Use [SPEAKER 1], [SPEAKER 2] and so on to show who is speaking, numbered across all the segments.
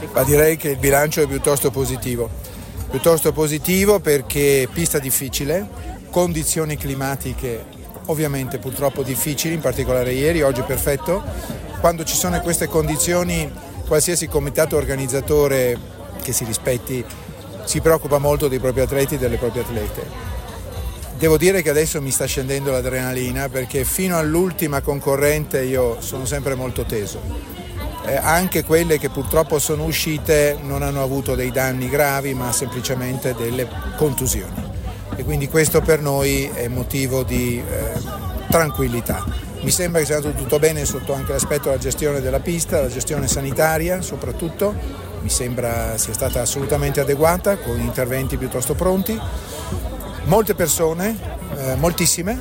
[SPEAKER 1] Ma direi che il bilancio è piuttosto positivo perché pista difficile, condizioni climatiche ovviamente purtroppo difficili, in particolare ieri, oggi perfetto. Quando ci sono queste condizioni, qualsiasi comitato organizzatore che si rispetti si preoccupa molto dei propri atleti e delle proprie atlete. Devo dire che adesso mi sta scendendo l'adrenalina perché fino all'ultima concorrente io sono sempre molto teso. Anche quelle che purtroppo sono uscite non hanno avuto dei danni gravi ma semplicemente delle contusioni e quindi questo per noi è motivo di tranquillità. Mi sembra che sia andato tutto bene sotto anche l'aspetto della gestione della pista, la gestione sanitaria soprattutto, mi sembra sia stata assolutamente adeguata con interventi piuttosto pronti. Molte persone, moltissime,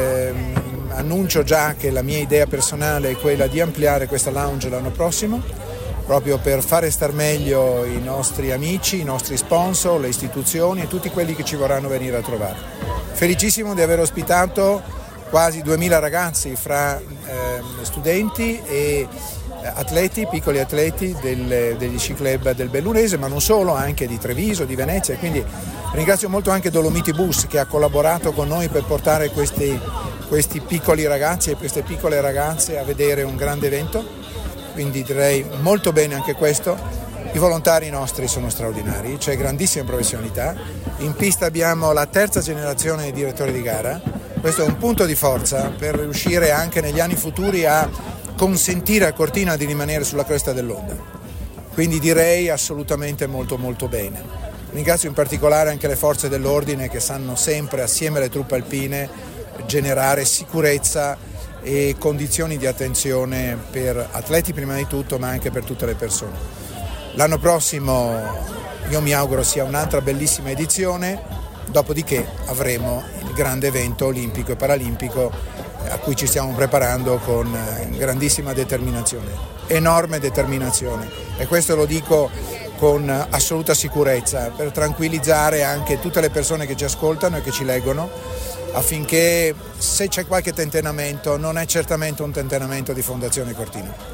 [SPEAKER 1] annuncio già che la mia idea personale è quella di ampliare questa lounge l'anno prossimo, proprio per fare star meglio i nostri amici, i nostri sponsor, le istituzioni e tutti quelli che ci vorranno venire a trovare. Felicissimo di aver ospitato quasi 2000 ragazzi fra studenti e atleti, piccoli atleti degli sci club del Bellunese, ma non solo, anche di Treviso, di Venezia, e quindi ringrazio molto anche Dolomiti Bus che ha collaborato con noi per portare questi piccoli ragazzi e queste piccole ragazze a vedere un grande evento, quindi direi molto bene anche questo. I volontari nostri sono straordinari, c'è grandissima professionalità, in pista abbiamo la terza generazione di direttori di gara, questo è un punto di forza per riuscire anche negli anni futuri a consentire a Cortina di rimanere sulla cresta dell'onda, quindi direi assolutamente molto molto bene. Ringrazio in particolare anche le forze dell'ordine che sanno sempre assieme alle truppe alpine generare sicurezza e condizioni di attenzione per atleti prima di tutto ma anche per tutte le persone. L'anno prossimo io mi auguro sia un'altra bellissima edizione, dopodiché avremo il grande evento olimpico e paralimpico a cui ci stiamo preparando con grandissima determinazione, enorme determinazione, e questo lo dico con assoluta sicurezza per tranquillizzare anche tutte le persone che ci ascoltano e che ci leggono, affinché se c'è qualche tentennamento non è certamente un tentennamento di Fondazione Cortina.